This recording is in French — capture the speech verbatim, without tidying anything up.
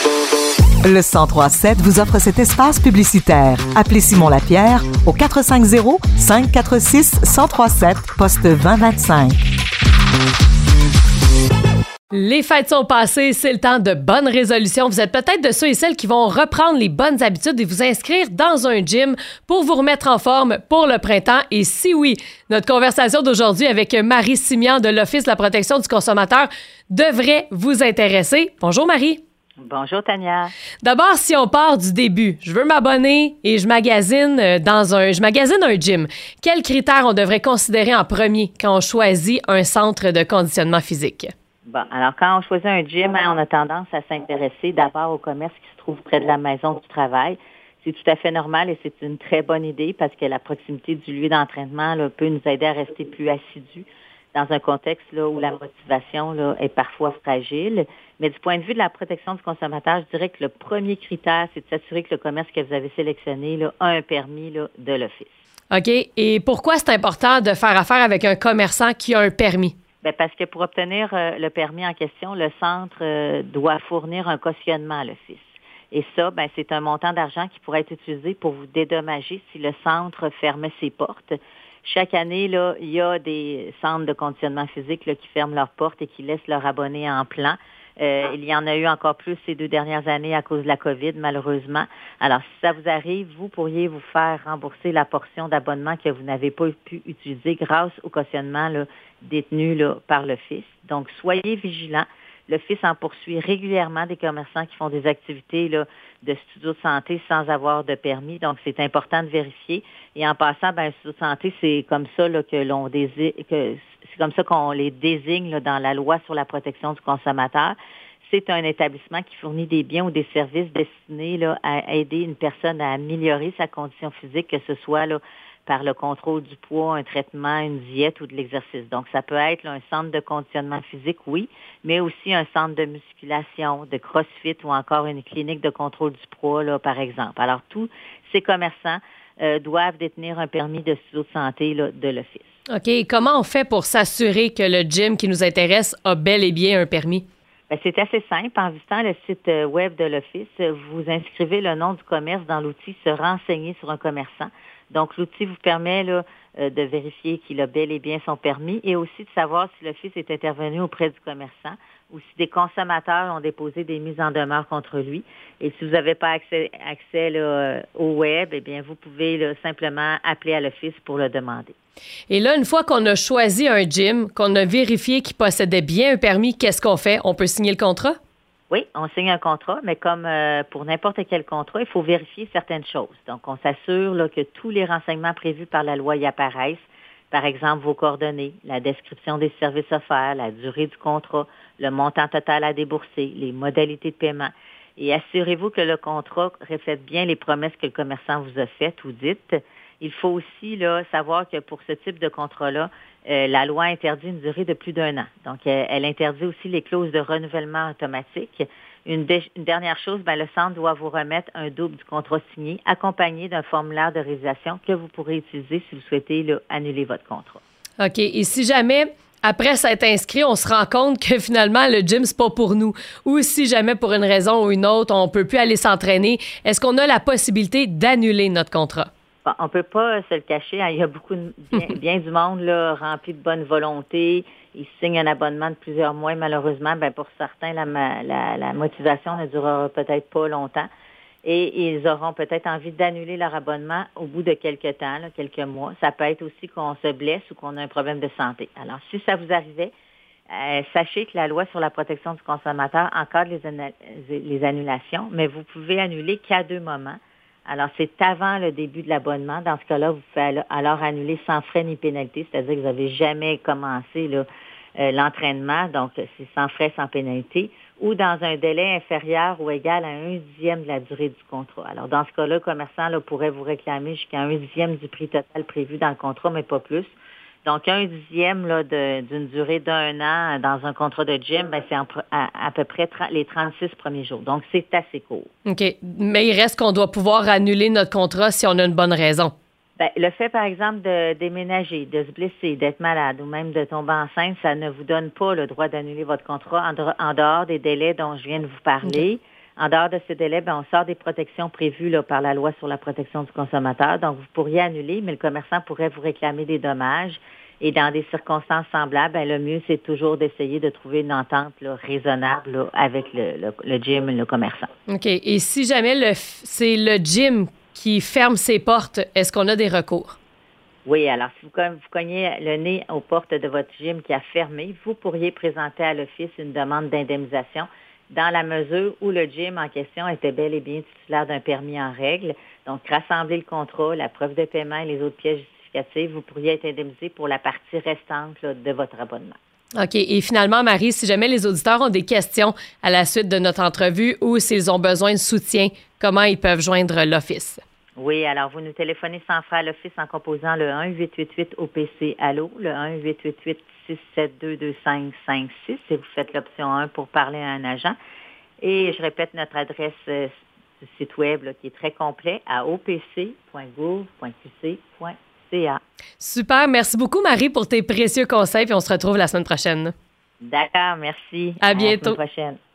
Le cent trois sept vous offre cet espace publicitaire. Appelez Simon Lapierre au quatre cinq zéro, cinq quatre six, un zéro trois sept, poste vingt vingt-cinq. Les fêtes sont passées, c'est le temps de bonnes résolutions. Vous êtes peut-être de ceux et celles qui vont reprendre les bonnes habitudes et vous inscrire dans un gym pour vous remettre en forme pour le printemps. Et si oui, notre conversation d'aujourd'hui avec Marie Simian de l'Office de la protection du consommateur devrait vous intéresser. Bonjour Marie. Bonjour Tania. D'abord, si on part du début, je veux m'abonner et je magasine dans un, je magasine un gym. Quels critères on devrait considérer en premier quand on choisit un centre de conditionnement physique? Bon, alors quand on choisit un gym, hein, on a tendance à s'intéresser d'abord au commerce qui se trouve près de la maison du travail. C'est tout à fait normal et c'est une très bonne idée parce que la proximité du lieu d'entraînement là, peut nous aider à rester plus assidus dans un contexte là, où la motivation là, est parfois fragile. Mais du point de vue de la protection du consommateur, je dirais que le premier critère, c'est de s'assurer que le commerce que vous avez sélectionné là, a un permis là, de l'Office. OK. Et pourquoi c'est important de faire affaire avec un commerçant qui a un permis? Bien, parce que pour obtenir euh, le permis en question, le centre euh, doit fournir un cautionnement à l'Office. Et ça, ben, c'est un montant d'argent qui pourrait être utilisé pour vous dédommager si le centre fermait ses portes. Chaque année, là, il y a des centres de conditionnement physique là, qui ferment leurs portes et qui laissent leurs abonnés en plan. Euh, il y en a eu encore plus ces deux dernières années à cause de la COVID, malheureusement. Alors, si ça vous arrive, vous pourriez vous faire rembourser la portion d'abonnement que vous n'avez pas pu utiliser grâce au cautionnement là, détenu là, par l'Office. Donc, soyez vigilants. L'Office en poursuit régulièrement des commerçants qui font des activités là, de studio de santé sans avoir de permis. Donc, c'est important de vérifier. Et en passant, ben, un studio de santé, c'est comme ça là, que l'on désigne, que c'est comme ça qu'on les désigne là, dans la loi sur la protection du consommateur. C'est un établissement qui fournit des biens ou des services destinés là, à aider une personne à améliorer sa condition physique, que ce soit là, par le contrôle du poids, un traitement, une diète ou de l'exercice. Donc, ça peut être là, un centre de conditionnement physique, oui, mais aussi un centre de musculation, de crossfit ou encore une clinique de contrôle du poids, là, par exemple. Alors, tous ces commerçants euh, doivent détenir un permis de studio de santé là, de l'Office. OK. Et comment on fait pour s'assurer que le gym qui nous intéresse a bel et bien un permis? Bien, c'est assez simple. En visitant le site web de l'Office, vous inscrivez le nom du commerce dans l'outil « Se renseigner sur un commerçant ». Donc, l'outil vous permet là, de vérifier qu'il a bel et bien son permis et aussi de savoir si l'Office est intervenu auprès du commerçant ou si des consommateurs ont déposé des mises en demeure contre lui. Et si vous n'avez pas accès, accès là, au web, eh bien, vous pouvez là, simplement appeler à l'Office pour le demander. Et là, une fois qu'on a choisi un gym, qu'on a vérifié qu'il possédait bien un permis, qu'est-ce qu'on fait? On peut signer le contrat? Oui, on signe un contrat, mais comme euh, pour n'importe quel contrat, il faut vérifier certaines choses. Donc, on s'assure là, que tous les renseignements prévus par la loi y apparaissent. Par exemple, vos coordonnées, la description des services offerts, la durée du contrat, le montant total à débourser, les modalités de paiement. Et assurez-vous que le contrat reflète bien les promesses que le commerçant vous a faites ou dites. Il faut aussi là, savoir que pour ce type de contrat-là, euh, la loi interdit une durée de plus d'un an. Donc, euh, elle interdit aussi les clauses de renouvellement automatique. Une, dé- une dernière chose, ben, le centre doit vous remettre un double du contrat signé, accompagné d'un formulaire de résiliation que vous pourrez utiliser si vous souhaitez là, annuler votre contrat. OK. Et si jamais, après s'être inscrit, on se rend compte que finalement, le gym, c'est pas pour nous, ou si jamais, pour une raison ou une autre, on peut plus aller s'entraîner, est-ce qu'on a la possibilité d'annuler notre contrat? Bon, on peut pas se le cacher. Hein. Il y a beaucoup de, bien, bien du monde là, rempli de bonne volonté. Ils signent un abonnement de plusieurs mois. Malheureusement, ben pour certains, la, la, la motivation ne durera peut-être pas longtemps. Et ils auront peut-être envie d'annuler leur abonnement au bout de quelques temps, là, quelques mois. Ça peut être aussi qu'on se blesse ou qu'on a un problème de santé. Alors, si ça vous arrivait, euh, sachez que la loi sur la protection du consommateur encadre les, les annulations, mais vous pouvez annuler qu'à deux moments. Alors, c'est avant le début de l'abonnement. Dans ce cas-là, vous pouvez alors annuler sans frais ni pénalité, c'est-à-dire que vous n'avez jamais commencé là, euh, l'entraînement, donc c'est sans frais, sans pénalité, ou dans un délai inférieur ou égal à un dixième de la durée du contrat. Alors, dans ce cas-là, le commerçant là, pourrait vous réclamer jusqu'à un dixième du prix total prévu dans le contrat, mais pas plus. Donc, un dixième là, de, d'une durée d'un an dans un contrat de gym, ben, c'est en, à, à peu près tra- les trente-six premiers jours. Donc, c'est assez court. OK. Mais il reste qu'on doit pouvoir annuler notre contrat si on a une bonne raison. Bien, le fait, par exemple, de déménager, de se blesser, d'être malade ou même de tomber enceinte, ça ne vous donne pas le droit d'annuler votre contrat en, en dehors des délais dont je viens de vous parler. Okay. En dehors de ce délai, bien, on sort des protections prévues là, par la loi sur la protection du consommateur. Donc, vous pourriez annuler, mais le commerçant pourrait vous réclamer des dommages. Et dans des circonstances semblables, bien, le mieux, c'est toujours d'essayer de trouver une entente là, raisonnable là, avec le, le, le gym et le commerçant. OK. Et si jamais le, c'est le gym qui ferme ses portes, est-ce qu'on a des recours? Oui, alors si vous, vous cognez le nez aux portes de votre gym qui a fermé, vous pourriez présenter à l'Office une demande d'indemnisation dans la mesure où le gym en question était bel et bien titulaire d'un permis en règle. Donc, rassembler le contrat, la preuve de paiement et les autres pièces justificatives, vous pourriez être indemnisé pour la partie restante là, de votre abonnement. OK. Et finalement, Marie, si jamais les auditeurs ont des questions à la suite de notre entrevue ou s'ils ont besoin de soutien, comment ils peuvent joindre l'Office? Oui, alors vous nous téléphonez sans frais à l'Office en composant le un huit huit huit O P C Allo, le un huit huit huit six sept deux deux cinq cinq six et vous faites l'option un pour parler à un agent. Et je répète notre adresse euh, du site web là, qui est très complet à o p c point gouv point q c point c a. Super. Merci beaucoup, Marie, pour tes précieux conseils. Puis on se retrouve la semaine prochaine. D'accord, merci. À bientôt. À la semaine prochaine.